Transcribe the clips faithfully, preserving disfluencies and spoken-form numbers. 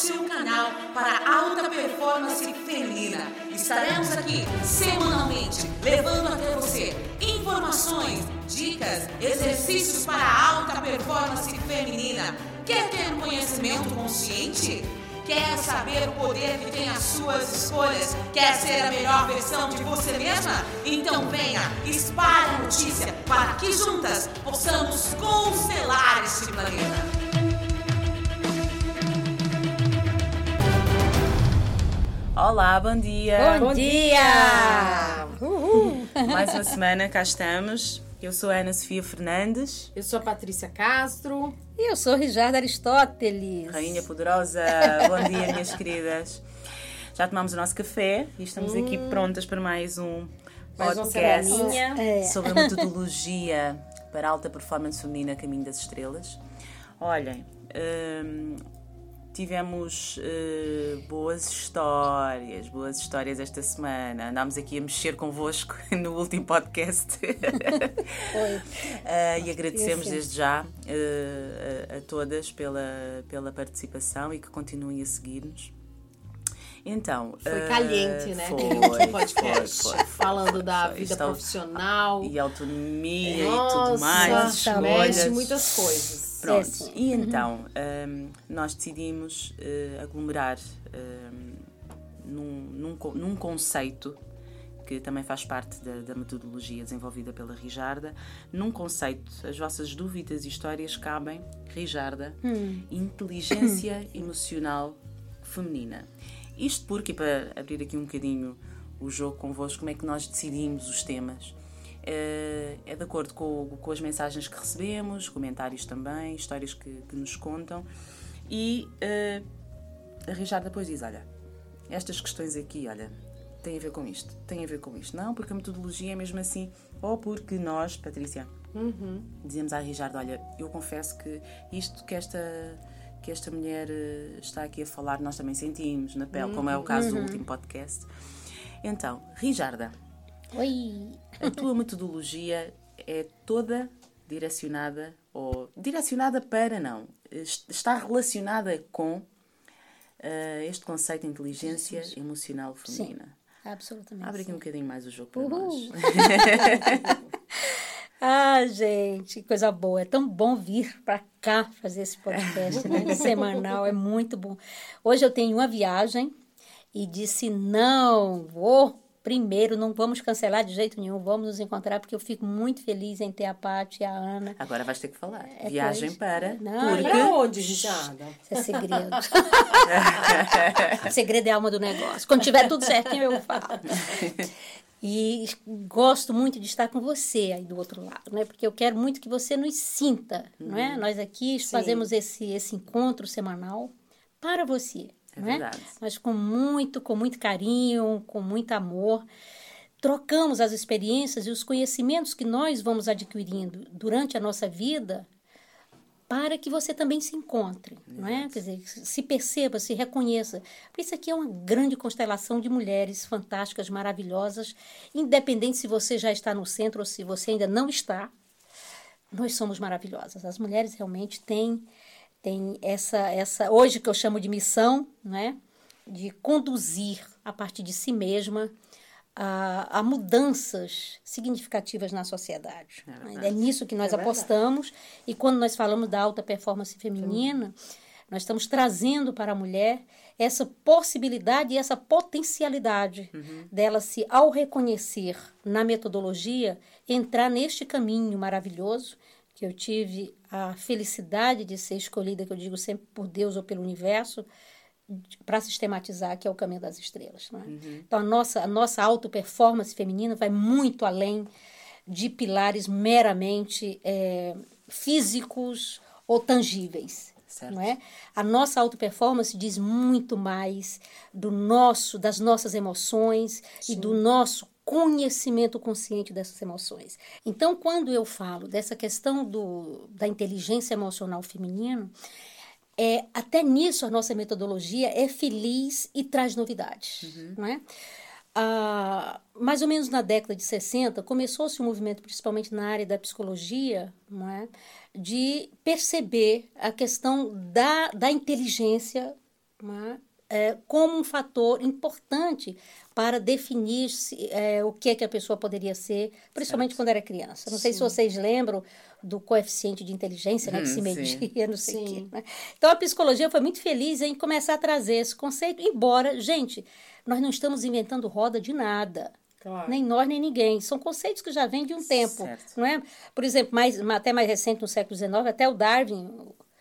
seu canal para alta performance feminina. Estaremos aqui semanalmente, levando até você informações, dicas, exercícios para alta performance feminina. Quer ter um conhecimento consciente? Quer saber o poder que tem as suas escolhas? Quer ser a melhor versão de você mesma? Então venha, espalhe a notícia para que juntas possamos constelar este planeta. Olá, bom dia! Bom, bom dia! Uhul. Mais uma semana, cá estamos. Eu sou a Ana Sofia Fernandes. Eu sou a Patrícia Castro. E eu sou Rijarda Aristóteles. Rainha Poderosa. Bom dia, minhas queridas. Já tomamos o nosso café e estamos hum. aqui prontas para mais um mais podcast é. sobre a metodologia para a alta performance feminina Caminho das Estrelas. Olhem, hum, tivemos uh, boas histórias, boas histórias esta semana. Andámos aqui a mexer convosco no último podcast. Foi. uh, e agradecemos desde já uh, a, a todas pela, pela participação e que continuem a seguir-nos. Então, foi caliente, uh, né? Foi, foi, podcast, foi, foi, falando da foi, vida está, profissional e autonomia Nossa, e tudo mais. Mexe muitas coisas. Pronto, é, e então um, nós decidimos uh, aglomerar um, num, num, num conceito que também faz parte da, da metodologia desenvolvida pela Rijarda, num conceito, as vossas dúvidas e histórias cabem, Rijarda, hum. inteligência emocional feminina. Isto porque, para abrir aqui um bocadinho o jogo convosco, como é que nós decidimos os temas? É de acordo com, com as mensagens que recebemos, comentários também, histórias que, que nos contam, e uh, a Rijarda depois diz, olha, estas questões aqui, olha, têm a ver com isto, têm a ver com isto. Não, porque a metodologia é mesmo assim, ou porque nós, Patrícia, uhum. dizemos à Rijarda, olha, eu confesso que isto que esta, que esta mulher está aqui a falar, nós também sentimos na pele, uhum. como é o caso uhum. do último podcast. Então, Rijarda, Oi. A tua metodologia é toda direcionada, ou direcionada para não, está relacionada com uh, este conceito de inteligência Sim. emocional feminina. Sim, absolutamente. Abre aqui sim. um bocadinho mais o jogo para Uhul. nós. Ah, gente, que coisa boa. É tão bom vir para cá fazer esse podcast, né? Semanal, é muito bom. Hoje eu tenho uma viagem e disse, não, vou... Primeiro, não vamos cancelar de jeito nenhum, vamos nos encontrar, porque eu fico muito feliz em ter a Paty e a Ana. Agora vais ter que falar. É, Viagem pois, para... Não, porque... Para onde, Rijarda? Isso é segredo. Segredo é a alma do negócio. Quando tiver tudo certinho, eu falo. E gosto muito de estar com você aí do outro lado, né? Porque eu quero muito que você nos sinta, hum. não é? Nós aqui Sim. fazemos esse, esse encontro semanal para você. É não verdade. É? Mas com muito, com muito carinho, com muito amor, trocamos as experiências e os conhecimentos que nós vamos adquirindo durante a nossa vida para que você também se encontre, não é? Quer dizer, se perceba, se reconheça. Porque isso aqui é uma grande constelação de mulheres fantásticas, maravilhosas, independente se você já está no centro ou se você ainda não está, nós somos maravilhosas. As mulheres realmente têm... Tem essa, essa, hoje que eu chamo de missão, né, de conduzir a partir de si mesma a, a mudanças significativas na sociedade. É, é nisso que nós é apostamos. E quando nós falamos da alta performance feminina, Sim. nós estamos trazendo para a mulher essa possibilidade e essa potencialidade uhum. dela se, ao reconhecer na metodologia, entrar neste caminho maravilhoso que eu tive a felicidade de ser escolhida, que eu digo sempre por Deus ou pelo universo, para sistematizar, que é o caminho das estrelas. Não é? Uhum. Então, a nossa, a nossa auto-performance feminina vai muito além de pilares meramente é, físicos ou tangíveis. Certo. Não é? A nossa auto-performance diz muito mais do nosso, das nossas emoções Sim. e do nosso conhecimento consciente dessas emoções. Então, quando eu falo dessa questão do, da inteligência emocional feminina, é, até nisso a nossa metodologia é feliz e traz novidades. Uhum. Não é? Ah, mais ou menos na década de sessenta, começou-se um movimento, principalmente na área da psicologia, não é? De perceber a questão da, da inteligência né, é, como um fator importante para definir se, é, o que é que a pessoa poderia ser, principalmente Certo. quando era criança. Não sei Sim. se vocês lembram do coeficiente de inteligência, né, que Hum, se sim. media, não sei o Sim. quê. Né? Então, a psicologia foi muito feliz em começar a trazer esse conceito, embora, gente, nós não estamos inventando roda de nada. Claro. Nem nós, nem ninguém. São conceitos que já vêm de um tempo. Certo. Não é? Por exemplo, mais, até mais recente, no século dezenove, até o Darwin,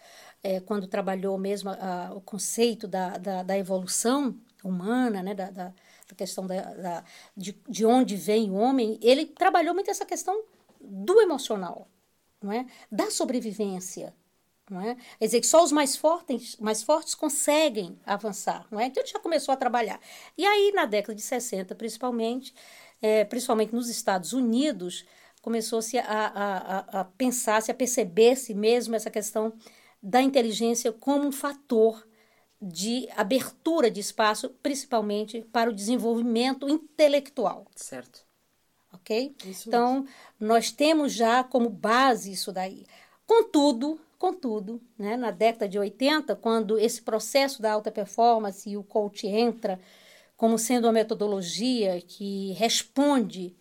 é, quando trabalhou mesmo a, o conceito da, da, da evolução humana, né? da, da, da questão da, da, de, de onde vem o homem, ele trabalhou muito essa questão do emocional, não é? Da sobrevivência. Não é? Quer dizer que só os mais fortes, mais fortes conseguem avançar. Não é? Então ele já começou a trabalhar. E aí, na década de sessenta, principalmente, é, principalmente nos Estados Unidos, começou-se a, a, a, a pensar-se, a perceber-se mesmo essa questão da inteligência como um fator de abertura de espaço, principalmente para o desenvolvimento intelectual. Certo. Ok? Isso Então, nós temos já como base isso daí. Contudo, contudo, né, na década de oitenta, quando esse processo da alta performance e o coach entra como sendo uma metodologia que responde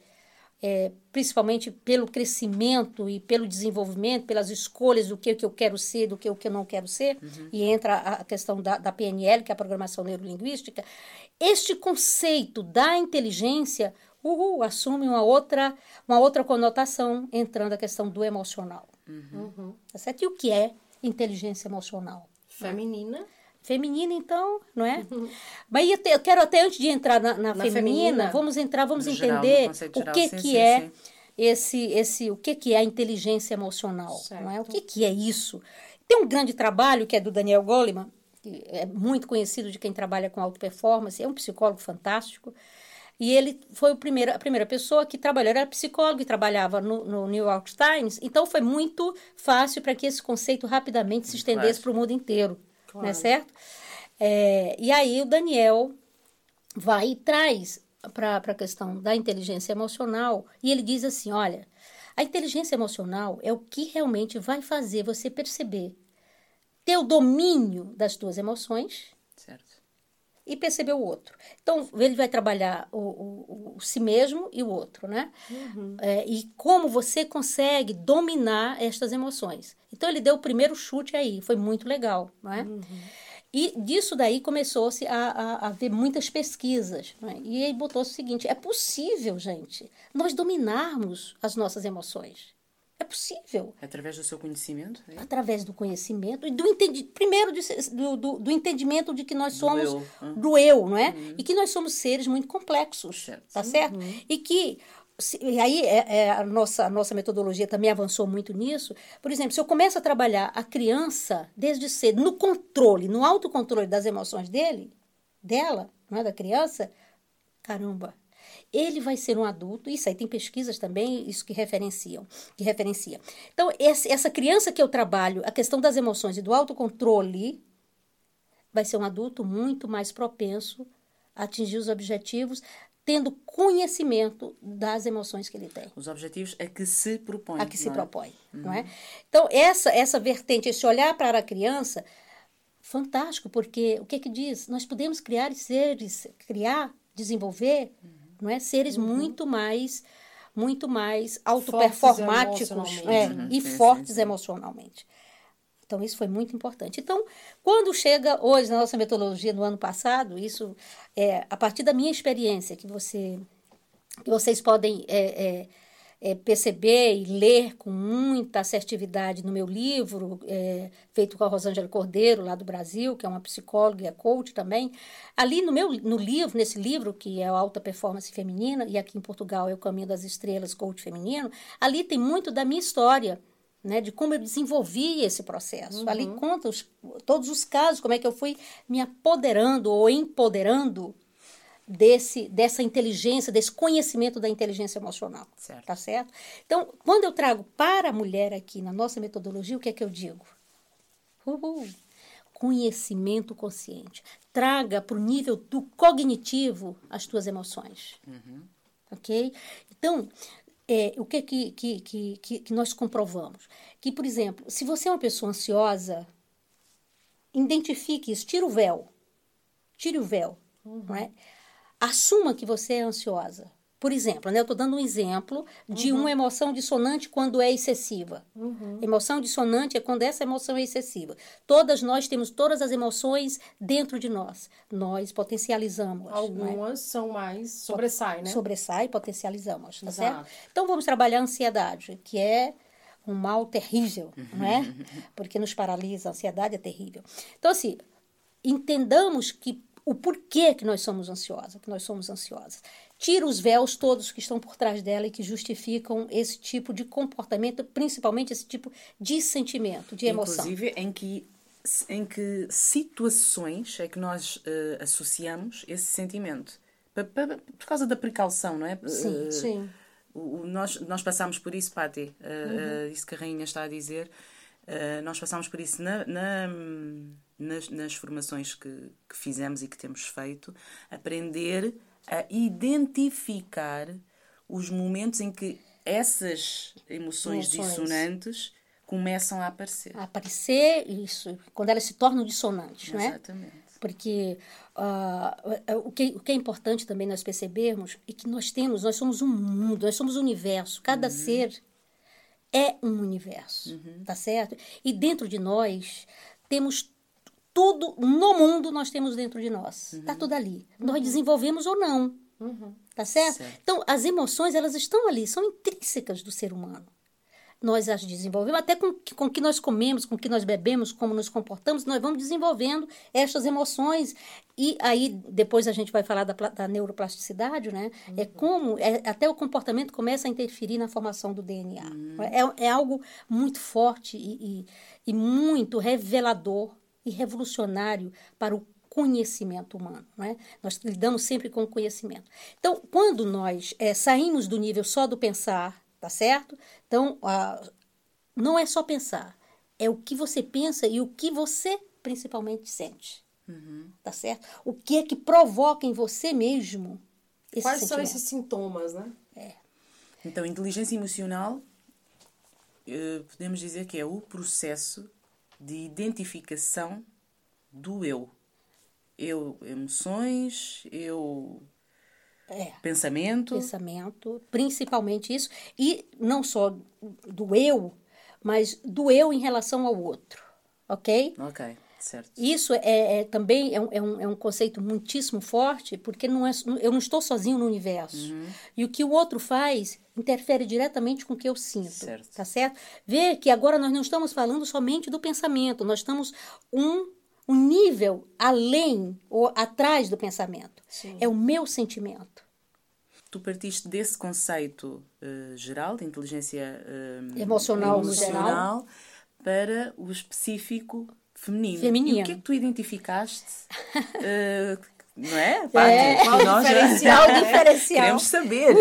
é, principalmente pelo crescimento e pelo desenvolvimento, pelas escolhas do que, que eu quero ser, do que, o que eu não quero ser, uhum. E entra a questão da, da P N L, que é a Programação Neurolinguística, este conceito da inteligência uhul, assume uma outra, uma outra conotação, entrando a questão do emocional. Uhum. Tá certo? E o que é inteligência emocional? Feminina. Feminina, então, não é? Uhum. Mas eu, te, eu quero até, antes de entrar na, na, na feminina, feminina, vamos entrar, vamos no entender geral, o que, geral, que sim, é sim. Esse, esse, o que, que é a inteligência emocional, certo. Não é? O que, que é isso? Tem um grande trabalho que é do Daniel Goleman, que é muito conhecido de quem trabalha com alta performance, é um psicólogo fantástico, e ele foi o primeiro, a primeira pessoa que trabalhou, era psicólogo e trabalhava no, no New York Times, então foi muito fácil para que esse conceito rapidamente se estendesse para o mundo inteiro. Claro. Não é certo? É, e aí o Daniel vai e traz para a questão da inteligência emocional, e ele diz assim, olha, a inteligência emocional é o que realmente vai fazer você perceber, ter o domínio das suas emoções, certo. E perceber o outro. Então, ele vai trabalhar o, o, o si mesmo e o outro, né? Uhum. É, e como você consegue dominar estas emoções. Então, ele deu o primeiro chute aí, foi muito legal, não é? Uhum. E disso daí começou-se a, a, a ver muitas pesquisas, não é? E aí botou o seguinte, é possível, gente, nós dominarmos as nossas emoções. É possível. Através do seu conhecimento? É? Através do conhecimento e do entendimento, primeiro de, do, do, do entendimento de que nós somos do eu, uhum. do eu, não é? Uhum. E que nós somos seres muito complexos, certo. Tá certo? Uhum. E que, se, e aí é, é, a, nossa, a nossa metodologia também avançou muito nisso. Por exemplo, se eu começo a trabalhar a criança desde cedo, no controle, no autocontrole das emoções dele, dela, não é, da criança, caramba, ele vai ser um adulto, isso aí tem pesquisas também, isso que referenciam, que referencia. Então, esse, essa criança que eu trabalho, a questão das emoções e do autocontrole, vai ser um adulto muito mais propenso a atingir os objetivos, tendo conhecimento das emoções que ele tem. Os objetivos a que se propõe. A que se é? propõe, uhum. não é? Então, essa, essa vertente, esse olhar para a criança, fantástico, porque o que que diz? Nós podemos criar seres, criar, desenvolver, uhum. não é? Seres uhum. muito mais, muito mais autoperformáticos é, uhum. e sim, fortes sim, sim. emocionalmente. Então, isso foi muito importante. Então, quando chega hoje, na nossa metodologia do ano passado, isso é a partir da minha experiência, que, você, que vocês podem é, é, é, perceber e ler com muita assertividade no meu livro, é, feito com a Rosângela Cordeiro, lá do Brasil, que é uma psicóloga e é coach também. Ali no meu no livro, nesse livro, que é a Alta Performance Feminina, e aqui em Portugal é o Caminho das Estrelas, Coach Feminino, ali tem muito da minha história, né, de como eu desenvolvi esse processo. Uhum. Ali conta os, todos os casos, como é que eu fui me apoderando ou empoderando desse, dessa inteligência, desse conhecimento da inteligência emocional. Certo. Tá certo? Então, quando eu trago para a mulher aqui na nossa metodologia, o que é que eu digo? Uhul. Conhecimento consciente. Traga para o nível do cognitivo as tuas emoções. Uhum. Ok? Então, É, o que, que, que, que, que nós comprovamos? Que, por exemplo, se você é uma pessoa ansiosa, identifique isso, tira o véu. Tire o véu. Uhum. Não é? Assuma que você é ansiosa. Por exemplo, né, eu estou dando um exemplo de uhum. uma emoção dissonante quando é excessiva. Uhum. Emoção dissonante é quando essa emoção é excessiva. Todas nós temos todas as emoções dentro de nós. Nós potencializamos. Algumas é? são mais sobressai, né? Sobressai e potencializamos, tá certo? Então, vamos trabalhar a ansiedade, que é um mal terrível, não é? Porque nos paralisa, a ansiedade é terrível. Então, assim, entendamos que o porquê que nós somos ansiosas, que nós somos ansiosas. Tira os véus todos que estão por trás dela e que justificam esse tipo de comportamento, principalmente esse tipo de sentimento, de emoção. Inclusive, em que, em que situações é que nós uh, associamos esse sentimento? Por, por, por causa da precaução, não é? Sim, uh, sim. O, o, nós, nós passamos por isso, Pati, uh, uhum. uh, isso que a Rainha está a dizer, uh, nós passamos por isso na... na Nas, nas formações que, que fizemos e que temos feito, aprender a identificar os momentos em que essas emoções, emoções. dissonantes começam a aparecer. A aparecer, isso, quando elas se tornam dissonantes, não é? Exatamente. Porque uh, o, que, o que é importante também nós percebermos é que nós temos, nós somos um mundo, nós somos um universo, cada uhum. ser é um universo, uhum. tá certo? E dentro de nós temos tudo no mundo nós temos dentro de nós. Está uhum. tudo ali. Uhum. Nós desenvolvemos ou não. Uhum. Tá certo? certo? Então, as emoções, elas estão ali, são intrínsecas do ser humano. Nós as desenvolvemos, até com, com o que nós comemos, com o que nós bebemos, como nos comportamos, nós vamos desenvolvendo estas emoções. E aí, depois a gente vai falar da, da neuroplasticidade, né? Uhum. É como, é, até o comportamento começa a interferir na formação do D N A. Uhum. É, é algo muito forte e, e, e muito revelador e revolucionário para o conhecimento humano, não é? Nós lidamos sempre com o conhecimento. Então, quando nós é, saímos do nível só do pensar, tá certo? Então, ah, não é só pensar, é o que você pensa e o que você principalmente sente, uhum. tá certo? O que é que provoca em você mesmo esse Quais sentimento? são esses sintomas, né? É. Então, inteligência emocional, eh, podemos dizer que é o processo de identificação do eu. Eu, emoções, eu, é, pensamento. Pensamento, principalmente isso. E não só do eu, mas do eu em relação ao outro. Ok? Ok, certo. Isso é, é, também é um, é, um, é um conceito muitíssimo forte, porque não é, eu não estou sozinho no universo. Uhum. E o que o outro faz interfere diretamente com o que eu sinto. Certo. Tá certo? Vê que agora nós não estamos falando somente do pensamento, nós estamos um, um nível além ou atrás do pensamento. Sim. É o meu sentimento. Tu partiste desse conceito uh, geral, de inteligência uh, emocional, emocional no geral, para o específico feminino. Feminino. E o que é que tu identificaste? uh, não é? Pá, é, qual nós diferencial, já... diferencial. Queremos saber.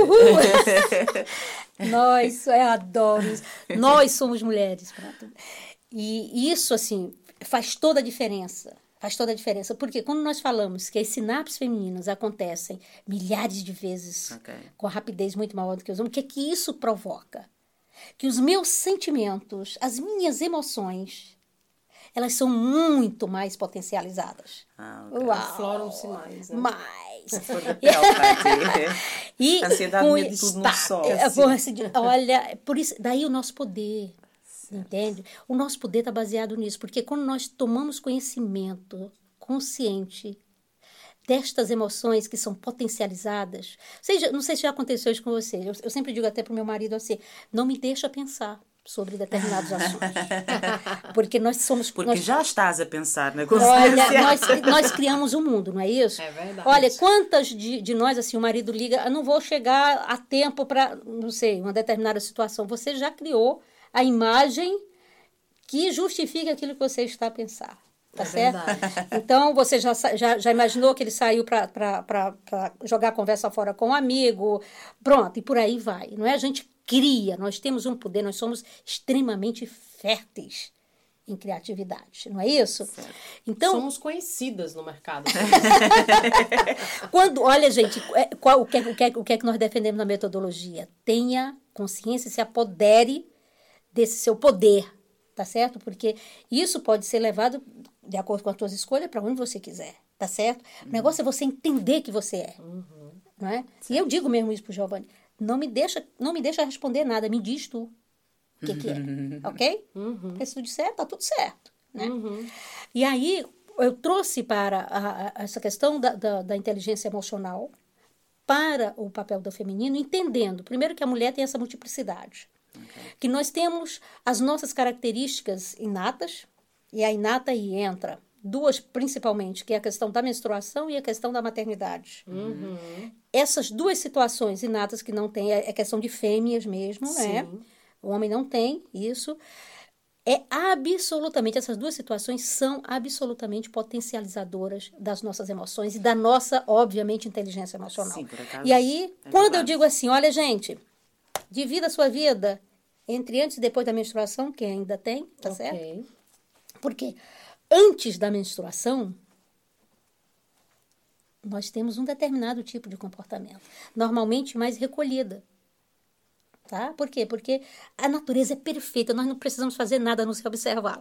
Nós, eu adoro isso. Nós somos mulheres. Pronto. E isso, assim, faz toda a diferença. Faz toda a diferença. Porque quando nós falamos que as sinapses femininas acontecem milhares de vezes, okay, com a rapidez muito maior do que os homens, o que é que isso provoca? Que os meus sentimentos, as minhas emoções, elas são muito mais potencializadas. Ah, okay. Afloram-se mais. Né? Mais. For the pele, e a ansiedade mete tudo no sol. Assim. Olha, por isso, daí o nosso poder, certo, entende? O nosso poder está baseado nisso, porque quando nós tomamos conhecimento consciente destas emoções que são potencializadas, seja, não sei se já aconteceu isso com você, eu, eu sempre digo até para o meu marido assim, não me deixa pensar sobre determinados assuntos. Porque nós somos... Porque nós, já estás a pensar na consciência. Olha, nós, nós criamos um mundo, não é isso? É verdade. Olha, quantas de, de nós, assim, o marido liga, eu não vou chegar a tempo para, não sei, uma determinada situação. Você já criou a imagem que justifica aquilo que você está a pensar. Tá, é, certo? Verdade. Então, você já, já, já imaginou que ele saiu para jogar a conversa fora com um amigo, pronto, e por aí vai. Não é? A gente cria, nós temos um poder, nós somos extremamente férteis em criatividade, não é isso? Certo. Então, somos conhecidas no mercado. Quando, olha, gente, qual, o, que, o, que, o que é que nós defendemos na metodologia? Tenha consciência e se apodere desse seu poder, tá certo? Porque isso pode ser levado, de acordo com as suas escolhas, para onde você quiser. tá certo? O negócio é você entender que você é, Uhum. não é? E eu digo mesmo isso pro Giovanni, não me deixa, não me deixa responder nada, me diz tu o que que é, ok? Uhum. Porque se tu disser, tá tudo certo, né? Uhum. E aí, eu trouxe para a, a, essa questão da, da, da inteligência emocional para o papel do feminino, entendendo, primeiro, que a mulher tem essa multiplicidade. Okay. Que nós temos as nossas características inatas, e a inata aí entra duas principalmente, que é a questão da menstruação e a questão da maternidade. Uhum. Essas duas situações inatas que não tem, é questão de fêmeas mesmo, Sim. né? O homem não tem isso. É absolutamente, essas duas situações são absolutamente potencializadoras das nossas emoções e da nossa, obviamente, inteligência emocional. Sim, por acaso, e aí, é quando verdade. eu digo assim, olha, gente, divida a sua vida entre antes e depois da menstruação, que ainda tem, tá Ok. certo? Porque antes da menstruação, nós temos um determinado tipo de comportamento, normalmente mais recolhida. Tá? Por quê? Porque a natureza é perfeita, nós não precisamos fazer nada a não ser observá-la.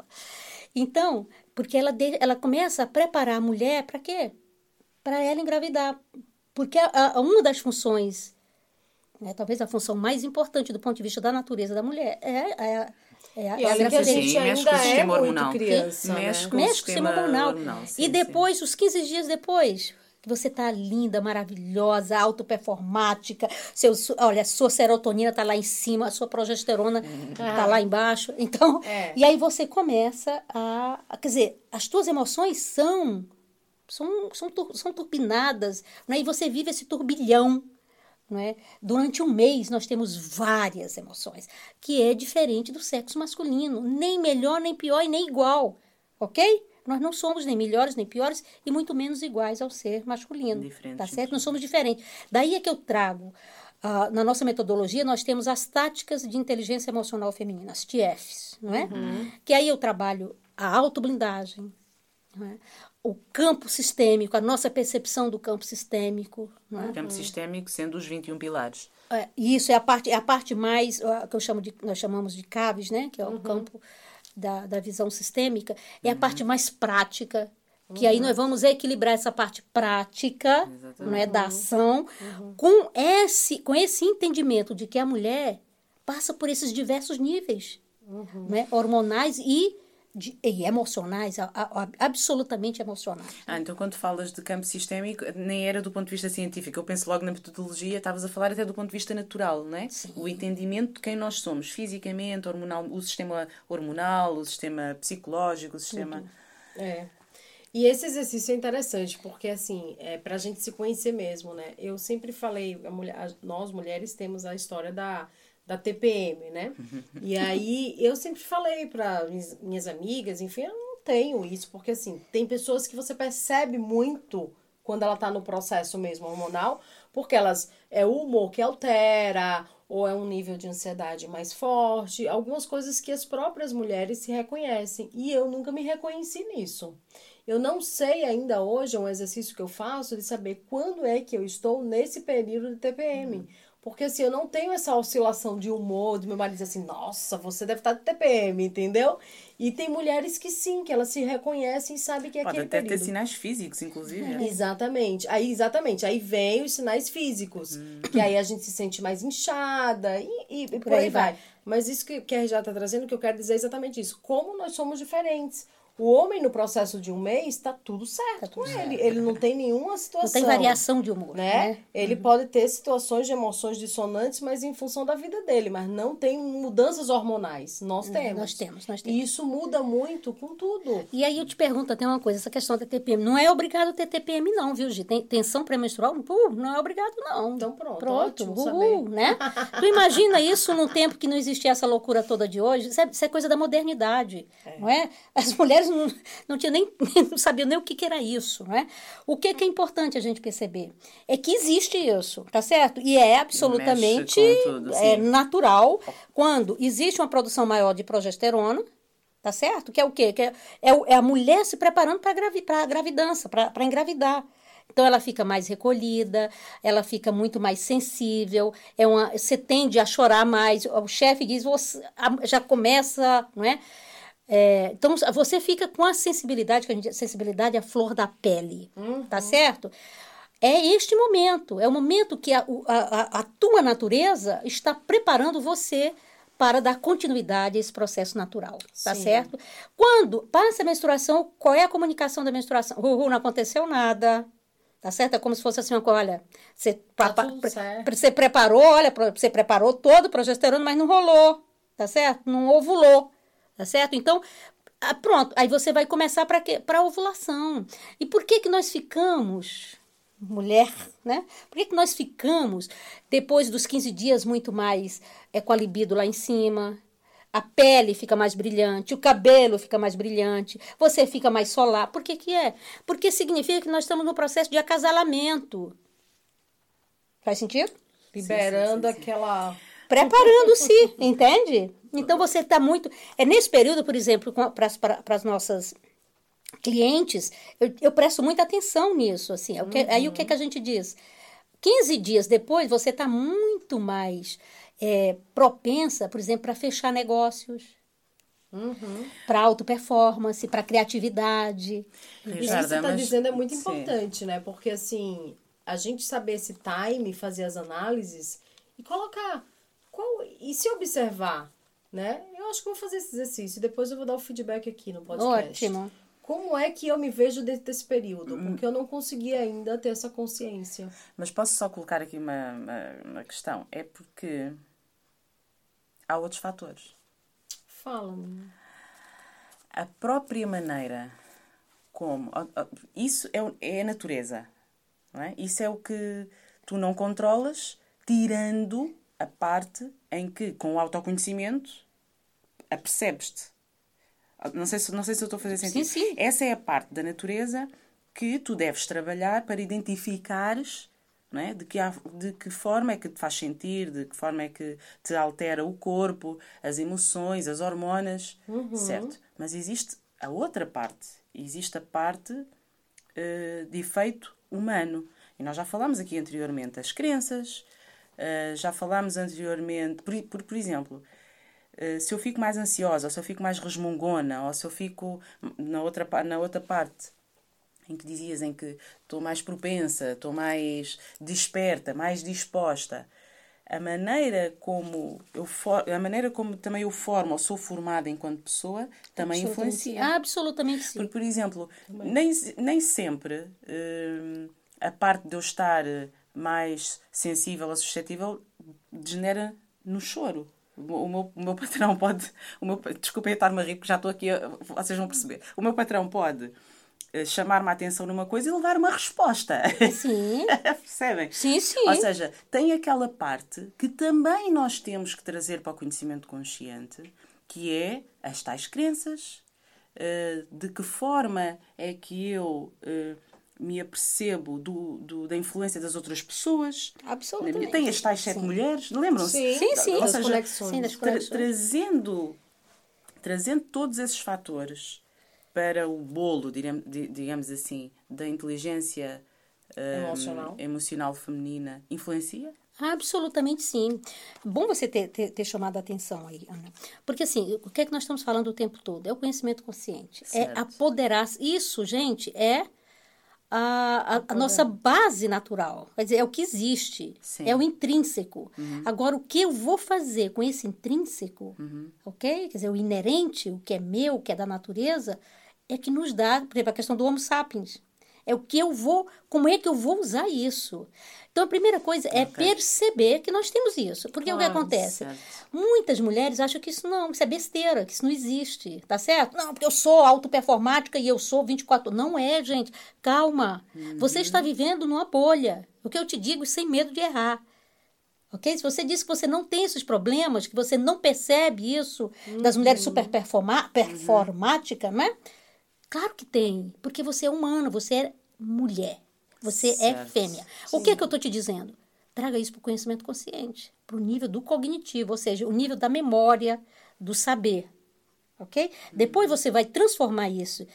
Então, porque ela, de, ela começa a preparar a mulher para quê? Para ela engravidar. Porque a, a, uma das funções, né, talvez a função mais importante do ponto de vista da natureza da mulher, é, é, é a E olha que a gente Sim, mexe ainda com o é sistema muito hormonal. criança, Mexe né? com o mexe com o sistema hormonal. hormonal, sim, E depois, os quinze dias depois, que você tá linda, maravilhosa, autoperformática, seu, olha, a sua serotonina tá lá em cima, a sua progesterona tá lá embaixo. Então, É. e aí você começa a, a... Quer dizer, as tuas emoções são, são, são, tur, são turbinadas, né? E você vive esse turbilhão. Não é? Durante um mês nós temos várias emoções, que é diferente do sexo masculino, nem melhor, nem pior e nem igual, ok? Nós não somos nem melhores, nem piores e muito menos iguais ao ser masculino, Diferente, tá certo? Nós somos diferentes. Daí é que eu trago, uh, na nossa metodologia, nós temos as táticas de inteligência emocional feminina, as T Fs, não é? Uhum. Que aí eu trabalho a autoblindagem, não é? O campo sistêmico, a nossa percepção do campo sistêmico. Não é? O campo sistémico sendo os vinte e um pilares. É, isso é a parte, é a parte mais, que eu chamo de, nós chamamos de CAVES, né? Que é o uhum. campo da, da visão sistêmica, é uhum. a parte mais prática, que uhum. aí nós vamos equilibrar essa parte prática, não é, da ação, uhum. com, esse, com esse entendimento de que a mulher passa por esses diversos níveis, uhum. né? Hormonais e De, e emocionais, a, a, absolutamente emocionais. Ah, então quando falas de campo sistémico, nem era do ponto de vista científico. Eu penso logo na metodologia, estavas a falar até do ponto de vista natural, não é? Sim. O entendimento de quem nós somos, fisicamente, hormonal, o sistema hormonal, o sistema psicológico, o sistema... Tudo. É. E esse exercício é interessante, porque, assim, é pra gente se conhecer mesmo, né? Eu sempre falei, a mulher, a, nós mulheres temos a história da... da T P M, né? E aí, eu sempre falei para minhas amigas, enfim, eu não tenho isso, porque, assim, tem pessoas que você percebe muito quando ela tá no processo mesmo hormonal, porque elas, é o humor que altera, ou é um nível de ansiedade mais forte, algumas coisas que as próprias mulheres se reconhecem, e eu nunca me reconheci nisso. Eu não sei ainda hoje, é um exercício que eu faço, de saber quando é que eu estou nesse período de T P M, uhum. Porque, assim, eu não tenho essa oscilação de humor, de meu marido dizer assim, nossa, você deve estar de T P M, entendeu? E tem mulheres que sim, que elas se reconhecem e sabem que é Pode aquele até período. ter sinais físicos, inclusive. É. Exatamente. Aí, exatamente. Aí vem os sinais físicos, hum. que aí a gente se sente mais inchada e, e, e por, por aí, aí vai. vai. Mas isso que, que a R J está trazendo, o que eu quero dizer é exatamente isso. Como nós somos diferentes. O homem, no processo de um mês, está tudo certo tá tudo com certo. ele. Ele não tem nenhuma situação. Não tem variação de humor. Né? né? Ele uhum. pode ter situações de emoções dissonantes, mas em função da vida dele. Mas não tem mudanças hormonais. Nós temos. Nós temos, nós temos. E isso muda muito com tudo. E aí eu te pergunto até uma coisa, essa questão da T P M. Não é obrigado a ter T P M não, viu, Gi? Tem tensão pré-menstrual? Uh, não é obrigado não. Então pronto, Pronto, ótimo uh, saber. Né? Tu imagina isso num tempo que não existia essa loucura toda de hoje? Isso é, isso é coisa da modernidade, é. não é? As mulheres não, não tinham nem, não sabiam nem o que, que era isso, não é? O que, que é importante a gente perceber? É que existe isso, tá certo? E é absolutamente tudo, é, natural quando existe uma produção maior de progesterona, tá certo? Que é o quê? Que é, é, é a mulher se preparando para gravi, a gravidança, para engravidar. Então, ela fica mais recolhida, ela fica muito mais sensível, é uma, você tende a chorar mais. O chefe diz, você já começa, não é? É, então, você fica com a sensibilidade, que a gente, sensibilidade é a flor da pele, uhum. tá certo? É este momento, é o momento que a, a, a tua natureza está preparando você para dar continuidade a esse processo natural, tá Sim. certo? Quando passa a menstruação, qual é a comunicação da menstruação? Uhul, não aconteceu nada, tá certo? É como se fosse assim, uma coisa, olha, você, tá pra, pra, você preparou, olha, você preparou todo o progesterona, mas não rolou, tá certo? Não ovulou, tá certo? Então, pronto, aí você vai começar para quê? Para a ovulação. E por que que nós ficamos... mulher, né? Por que que nós ficamos, depois dos quinze dias, muito mais é, com a libido lá em cima? A pele fica mais brilhante, o cabelo fica mais brilhante, você fica mais solar. Por que que é? Porque significa que nós estamos no processo de acasalamento. Faz sentido? Liberando sim, sim, sim, sim. aquela... Preparando-se, entende? Então, você está muito... É nesse período, por exemplo, para as nossas... clientes, eu, eu presto muita atenção nisso, assim, uhum. Aí o que, que a gente diz? quinze dias depois, você está muito mais é, propensa, por exemplo, para fechar negócios, uhum. para auto-performance, para criatividade. Isso que você está dizendo é muito Sim. importante, né? Porque, assim, a gente saber esse time, fazer as análises e colocar, qual, e se observar, né? Eu acho que eu vou fazer esse exercício, depois eu vou dar o feedback aqui no podcast. Ótimo. Como é que eu me vejo dentro desse período? Porque eu não consegui ainda ter essa consciência. Mas posso só colocar aqui uma, uma, uma questão? É porque há outros fatores. Fala-me. A própria maneira como... Isso é, é a natureza, não é? Isso é o que tu não controlas, tirando a parte em que, com o autoconhecimento, apercebes-te. Não sei, se, não sei se eu estou a fazer sentido. Sim, sim. Essa é a parte da natureza que tu deves trabalhar para identificares, não é? de, que, de que forma é que te faz sentir, de que forma é que te altera o corpo, as emoções, as hormonas, uhum. certo? Mas existe a outra parte. Existe a parte uh, de efeito humano. E nós já falámos aqui anteriormente as crenças, uh, já falámos anteriormente, por, por, por exemplo... se eu fico mais ansiosa, ou se eu fico mais resmungona, ou se eu fico na outra, na outra parte em que dizias em que estou mais propensa, estou mais desperta, mais disposta, a maneira como eu for, a maneira como também eu formo ou sou formada enquanto pessoa também influencia. Absolutamente sim. Porque, por exemplo, nem, nem sempre uh, a parte de eu estar mais sensível ou suscetível degenera no choro. O meu, o meu patrão pode... O meu, desculpem eu estar-me a rir, porque já estou aqui... A, vocês vão perceber. O meu patrão pode uh, chamar-me a atenção numa coisa e levar uma resposta. Sim. Percebem? Sim, sim. Ou seja, tem aquela parte que também nós temos que trazer para o conhecimento consciente, que é as tais crenças. Uh, de que forma é que eu... Uh, me apercebo do, do, da influência das outras pessoas. Absolutamente. Tem as tais sete sim. mulheres, lembram-se? Sim, sim. sim. Ou das seja, conexões. Sim, das conexões. Tra- trazendo, trazendo todos esses fatores para o bolo, digamos, digamos assim, da inteligência emocional. Um, emocional feminina, influencia? Absolutamente sim. Bom você ter, ter, ter chamado a atenção aí, Ana. Porque assim, o que é que nós estamos falando o tempo todo? É o conhecimento consciente. Certo. É apoderar. Isso, gente, é A, a, a nossa base natural, quer dizer, é o que existe, Sim. é o intrínseco. Uhum. Agora, o que eu vou fazer com esse intrínseco, uhum. ok? Quer dizer, o inerente, o que é meu, o que é da natureza, é que nos dá, por exemplo, a questão do Homo sapiens. É o que eu vou, como é que eu vou usar isso? Então, a primeira coisa é okay. perceber que nós temos isso. Porque claro, o que acontece? Certo. Muitas mulheres acham que isso não, isso é besteira, que isso não existe, tá certo? Não, porque eu sou autoperformática e eu sou vinte e quatro... Não é, gente. Calma. Uhum. Você está vivendo numa bolha. O que eu te digo, sem medo de errar. Ok? Se você diz que você não tem esses problemas, que você não percebe isso uhum. das mulheres super performa- performáticas, uhum. né? Claro que tem, porque você é humano, você é mulher, você certo. é fêmea. Sim. O que é que eu estou te dizendo? Traga isso para o conhecimento consciente, para o nível do cognitivo, ou seja, o nível da memória, do saber, ok? Uhum. Depois você vai transformar isso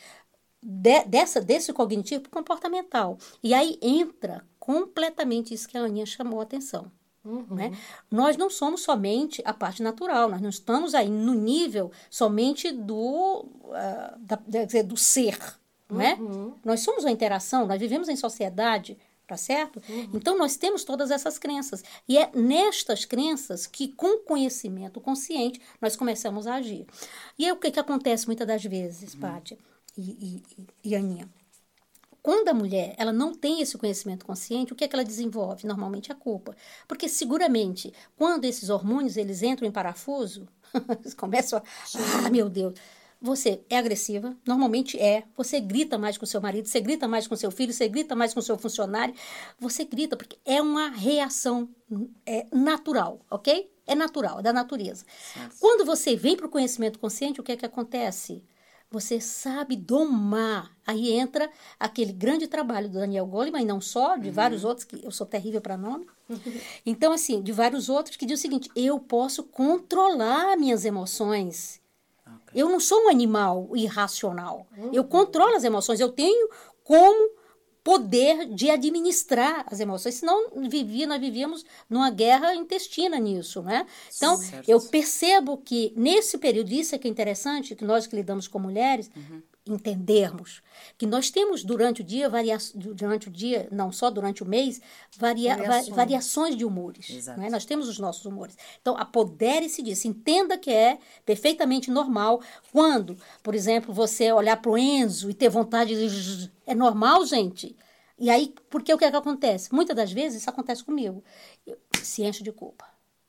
de, dessa, desse cognitivo para o comportamental. E aí entra completamente isso que a Aninha chamou a atenção. Uhum. Né? Nós não somos somente a parte natural, nós não estamos aí no nível somente do, uh, da, quer dizer, do ser. Não é? Uhum. Nós somos uma interação, nós vivemos em sociedade, tá certo? Uhum. Então, nós temos todas essas crenças. E é nestas crenças que, com conhecimento consciente, nós começamos a agir. E aí, o que, que acontece muitas das vezes, uhum. Pátia e, e, e Aninha? Quando a mulher ela não tem esse conhecimento consciente, o que é que ela desenvolve? Normalmente a culpa. Porque, seguramente, quando esses hormônios eles entram em parafuso, eles começam a... Ah, meu Deus... Você é agressiva, normalmente é. Você grita mais com seu marido, você grita mais com seu filho, você grita mais com seu funcionário. Você grita porque é uma reação é, natural, ok? É natural, é da natureza. Certo. Quando você vem para o conhecimento consciente, o que é que acontece? Você sabe domar. Aí entra aquele grande trabalho do Daniel Goleman, e não só, de uhum. vários outros, que eu sou terrível para nome. Uhum. Então, assim, de vários outros que diz o seguinte, eu posso controlar minhas emoções. Eu não sou um animal irracional. Uhum. Eu controlo as emoções. Eu tenho como poder de administrar as emoções. Senão, vivia, nós vivíamos numa guerra intestina nisso, né? Então, certo. Eu percebo que, nesse período, isso é que é interessante, que nós que lidamos com mulheres, uhum. entendermos que nós temos durante o dia, varia... durante o dia, não só durante o mês, varia... variações. variações de humores. Né? Nós temos os nossos humores. Então, apodere-se disso. Entenda que é perfeitamente normal quando, por exemplo, você olhar para o Enzo e ter vontade de... É normal, gente? E aí, porque o que é que acontece? Muitas das vezes isso acontece comigo. Eu se encho de culpa.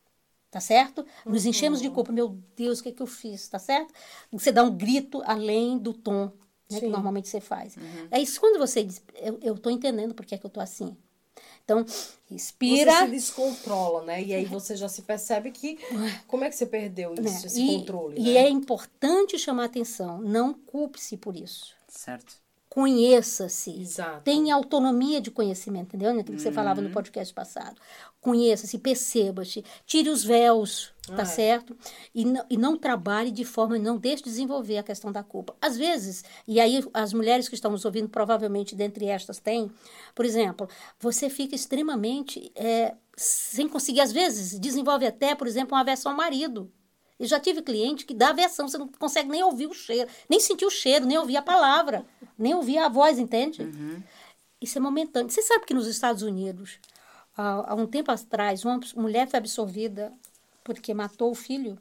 Tá certo? Nos enchemos uhum. de culpa. Meu Deus, o que é que eu fiz? Tá certo? Você dá um grito além do tom, né, que normalmente você faz. Uhum. É isso quando você diz, eu, eu tô entendendo por que é que eu tô assim. Então, respira. Você se descontrola, né? E aí você já se percebe que... Como é que você perdeu isso, né? esse e, controle? E né? é importante chamar atenção. Não culpe-se por isso. Certo. Conheça-se. Exato. Tenha autonomia de conhecimento, entendeu? Aquilo que você uhum. falava no podcast passado. Conheça-se, perceba-se, tire os véus, tá ah, certo? É. E, não, e não trabalhe de forma, não deixe desenvolver a questão da culpa. Às vezes, e aí as mulheres que estão nos ouvindo, provavelmente dentre estas têm, por exemplo, você fica extremamente, é, sem conseguir, às vezes, desenvolve até, por exemplo, uma aversão ao marido. Eu já tive cliente que dá aversão, você não consegue nem ouvir o cheiro, nem sentir o cheiro, nem ouvir a palavra, nem ouvir a voz, entende? Uhum. Isso é momentâneo. Você sabe que nos Estados Unidos, há, há um tempo atrás, uma mulher foi absorvida porque matou o filho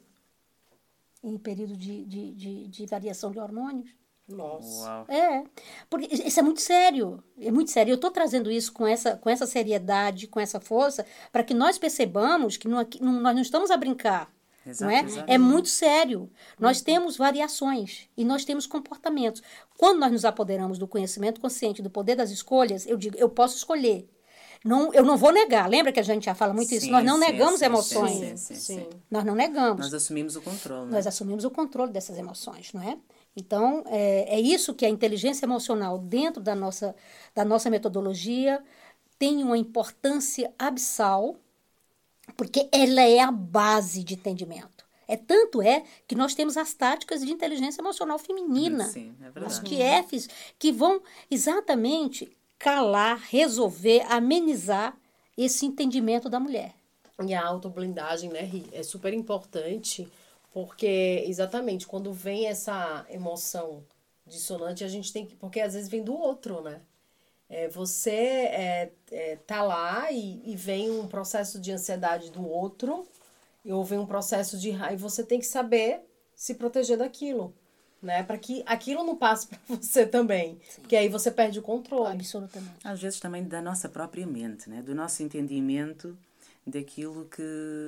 em período de, de, de, de variação de hormônios? Nossa. Uau. É, porque isso é muito sério, é muito sério. Eu estou trazendo isso com essa, com essa seriedade, com essa força, para que nós percebamos que não, não, nós não estamos a brincar. Exato, não é? Exato. É muito sério. Nós uhum. temos variações e nós temos comportamentos. Quando nós nos apoderamos do conhecimento consciente, do poder das escolhas, eu digo, eu posso escolher. Não, eu não vou negar. Lembra que a gente já fala muito sim, isso? Nós não sim, negamos sim, emoções. Sim, sim, sim, sim. Nós não negamos. Nós assumimos o controle. Né? Nós assumimos o controle dessas emoções, não é? Então, é, é isso que a inteligência emocional, dentro da nossa, da nossa metodologia, tem uma importância abissal, porque ela é a base de entendimento. É tanto é que nós temos as táticas de inteligência emocional feminina. Sim, é verdade. As Q Fs, que vão exatamente calar, resolver, amenizar esse entendimento da mulher. E a autoblindagem, né, Ri, é super importante, porque exatamente quando vem essa emoção dissonante, a gente tem que... Porque às vezes vem do outro, né? É, você é, é, tá lá e, e vem um processo de ansiedade do outro, ou vem um processo de raiva, e você tem que saber se proteger daquilo, né? Para que aquilo não passe para você também. Sim. Porque aí você perde o controle. Absolutamente. Às vezes também da nossa própria mente, né? Do nosso entendimento daquilo que...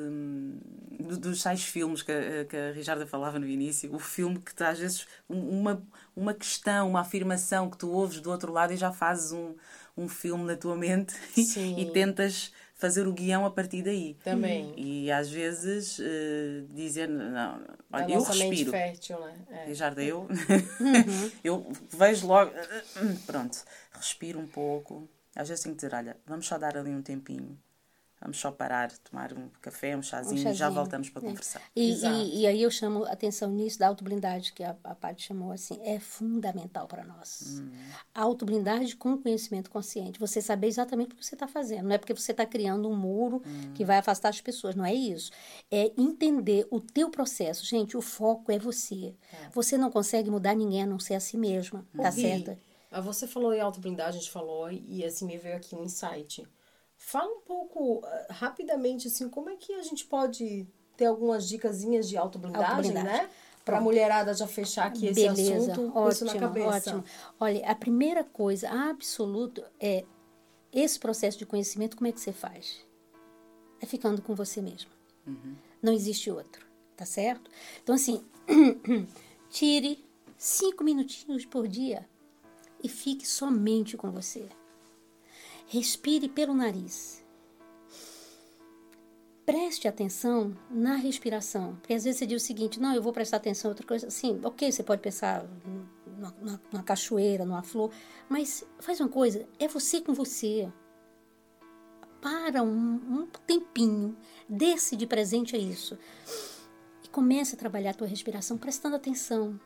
dos tais filmes que a, que a Rijarda falava no início, o filme que às vezes uma, uma questão, uma afirmação que tu ouves do outro lado e já fazes um, um filme na tua mente e, e tentas fazer o guião a partir daí. Também. E às vezes uh, dizer, não, olha, da eu nossa respiro. Mente fértil, né? É. Rijarda, eu, uhum. eu vejo logo, pronto, respiro um pouco. Às vezes tenho que dizer, olha, vamos só dar ali um tempinho. vamos só parar, tomar um café, um chazinho, Um chazinho. e já voltamos para É. conversar. E, Exato. e, e aí eu chamo a atenção nisso da autoblindagem, que a, a Paty chamou assim, é fundamental para nós. Hum. A autoblindagem com conhecimento consciente. Você saber exatamente o que você está fazendo. Não é porque você está criando um muro Hum. que vai afastar as pessoas. Não é isso. É entender o teu processo. Gente, o foco é você. É. Você não consegue mudar ninguém a não ser a si mesma. Tá Gui, certo? você falou em autoblindagem, a gente falou, e assim me veio aqui um insight. Fala um pouco, uh, rapidamente, assim, como é que a gente pode ter algumas dicasinhas de autoblindagem, Autoblindagem. né? Pra mulherada já fechar aqui esse Beleza, assunto com isso na ótimo, cabeça. ótimo. Olha, a primeira coisa absoluta é esse processo de conhecimento, como é que você faz? É ficando com você mesmo. Não existe outro, tá certo? Então, assim, tire cinco minutinhos por dia e fique somente com você. Respire pelo nariz. Preste atenção na respiração. Porque às vezes você diz o seguinte, não, eu vou prestar atenção em outra coisa. Sim, ok, você pode pensar numa, numa, numa cachoeira, numa flor, mas faz uma coisa, é você com você. Para um, um tempinho, desse de presente a isso. E comece a trabalhar a tua respiração prestando atenção.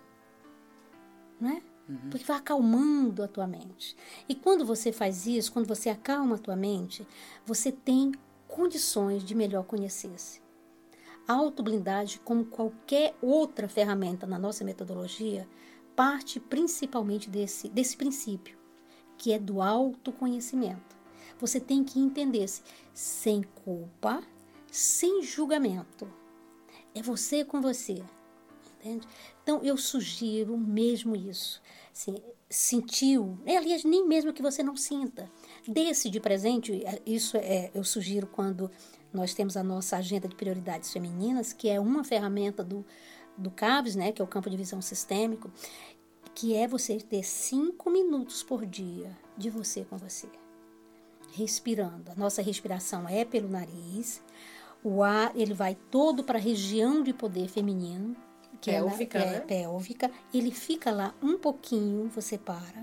Não é? Uhum. Porque vai acalmando a tua mente. E quando você faz isso, quando você acalma a tua mente, você tem condições de melhor conhecer-se. A autoblindagem, como qualquer outra ferramenta na nossa metodologia, parte principalmente desse, desse princípio, que é do autoconhecimento. Você tem que entender-se sem culpa, sem julgamento. É você com você. Entende? Então, eu sugiro mesmo isso. Assim, sentiu, é, aliás, nem mesmo que você não sinta. Desse de presente, isso é, eu sugiro quando nós temos a nossa agenda de prioridades femininas, que é uma ferramenta do, do C A B S, né, que é o campo de visão sistêmico, que é você ter cinco minutos por dia de você com você. Respirando. A nossa respiração é pelo nariz. O ar, ele vai todo para a região de poder feminino, que pélvica, é, na, né? é pélvica. Ele fica lá um pouquinho, você para.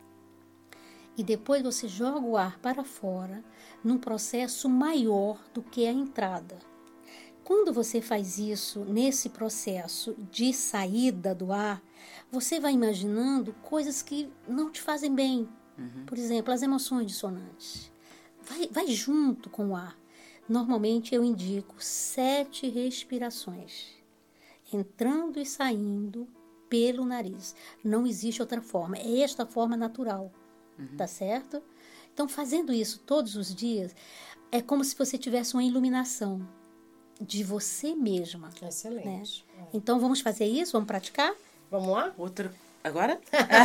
E depois você joga o ar para fora num processo maior do que a entrada. Quando você faz isso, nesse processo de saída do ar, você vai imaginando coisas que não te fazem bem. Uhum. Por exemplo, as emoções dissonantes. Vai, vai junto com o ar. Normalmente eu indico sete respirações, entrando e saindo pelo nariz. Não existe outra forma. É esta forma natural, uhum. Tá certo? Então, fazendo isso todos os dias, é como se você tivesse uma iluminação de você mesma. Excelente. Né? É. Então, vamos fazer isso? Vamos praticar? Vamos lá? Outra... Agora?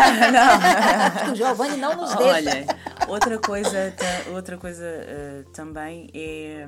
Ah, não. O Giovanni não nos deixa. Olha, outra coisa, outra coisa uh, também é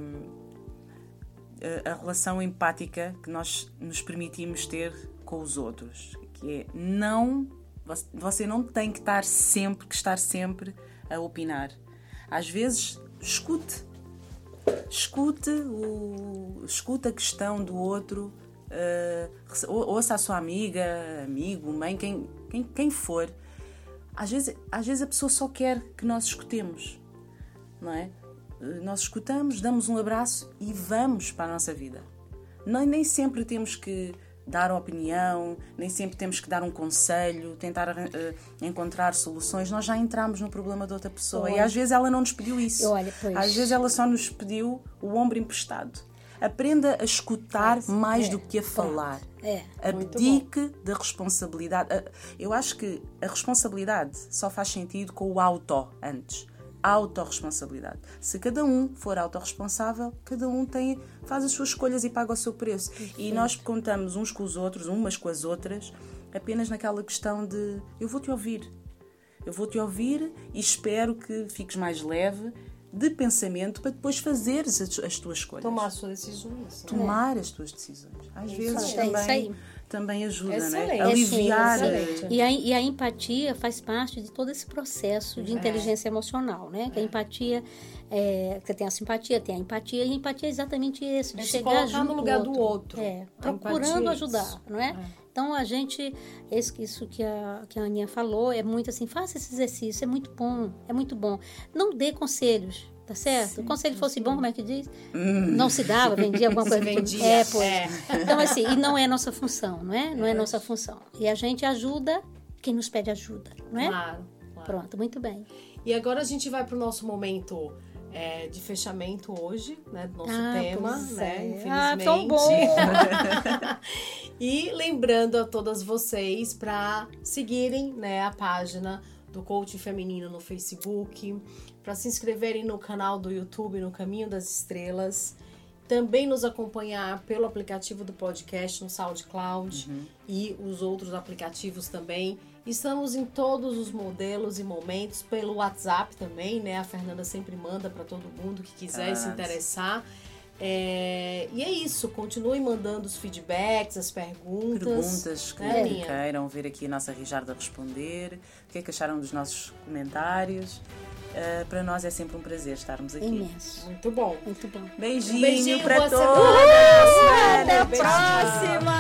uh, a relação empática que nós nos permitimos ter com os outros. Que é não... Você não tem que estar sempre, que estar sempre a opinar. Às vezes, escute. Escute, o, escute a questão do outro. Uh, ouça a sua amiga, amigo, mãe, quem, quem, quem for. Às vezes, às vezes a pessoa só quer que nós escutemos, não é? Uh, nós escutamos, damos um abraço e vamos para a nossa vida. Não, nem sempre temos que dar opinião, nem sempre temos que dar um conselho, tentar uh, encontrar soluções. Nós já entramos no problema de outra pessoa. Olha. E às vezes ela não nos pediu isso. Olha, pois. Às vezes ela só nos pediu o ombro emprestado. Aprenda a escutar é, mais é, do que a falar. É, Abdique da responsabilidade. Eu acho que a responsabilidade só faz sentido com o auto antes. Autorresponsabilidade. Se cada um for autorresponsável, cada um tem, faz as suas escolhas e paga o seu preço. Perfeito. E nós contamos uns com os outros, umas com as outras, apenas naquela questão de eu vou-te ouvir. Eu vou-te ouvir e espero que fiques mais leve de pensamento para depois fazeres as, as tuas escolhas. Tomar as suas decisões. Tomar é. as tuas decisões. Às vezes isso também, também ajuda, excelente. né? Aliviar. Excelente. E, a, e a empatia faz parte de todo esse processo de é. inteligência emocional, né? Que a empatia, é, você tem a simpatia, tem a empatia, e a empatia é exatamente isso, de é chegar se junto no lugar outro, do outro. É, procurando é ajudar, não é? é? Então, a gente, isso que a, que a Aninha falou, é muito assim, faça esse exercício, é muito bom, é muito bom. Não dê conselhos, Tá certo? Sim, o conselho fosse sim. bom, como é que diz? Não se dava, vendia alguma coisa. vendia, É, pois. é. Então, assim, e não é nossa função, não é? Não é nossa função. E a gente ajuda quem nos pede ajuda, não é? Claro, claro. Pronto, muito bem. E agora a gente vai pro nosso momento é, de fechamento hoje, né? Do nosso Ah, tema, pois né? é. Infelizmente. Ah, tão bom! E lembrando a todas vocês para seguirem, né, a página do Coaching Feminino no Facebook, para se inscreverem no canal do YouTube, no Caminho das Estrelas, também nos acompanhar pelo aplicativo do podcast no SoundCloud uhum. e os outros aplicativos também. Estamos em todos os modelos e momentos, pelo WhatsApp também, né? A Fernanda sempre manda para todo mundo que quiser ah, se interessar. É, e é isso, continuem mandando os feedbacks, as perguntas. Perguntas que né, queiram ver aqui a nossa Rijarda responder, o que é que acharam dos nossos comentários. Uh, para nós é sempre um prazer estarmos aqui. Imenso. Muito bom. Muito bom. Beijinho, um beijinho para todos. Semana. Até a próxima.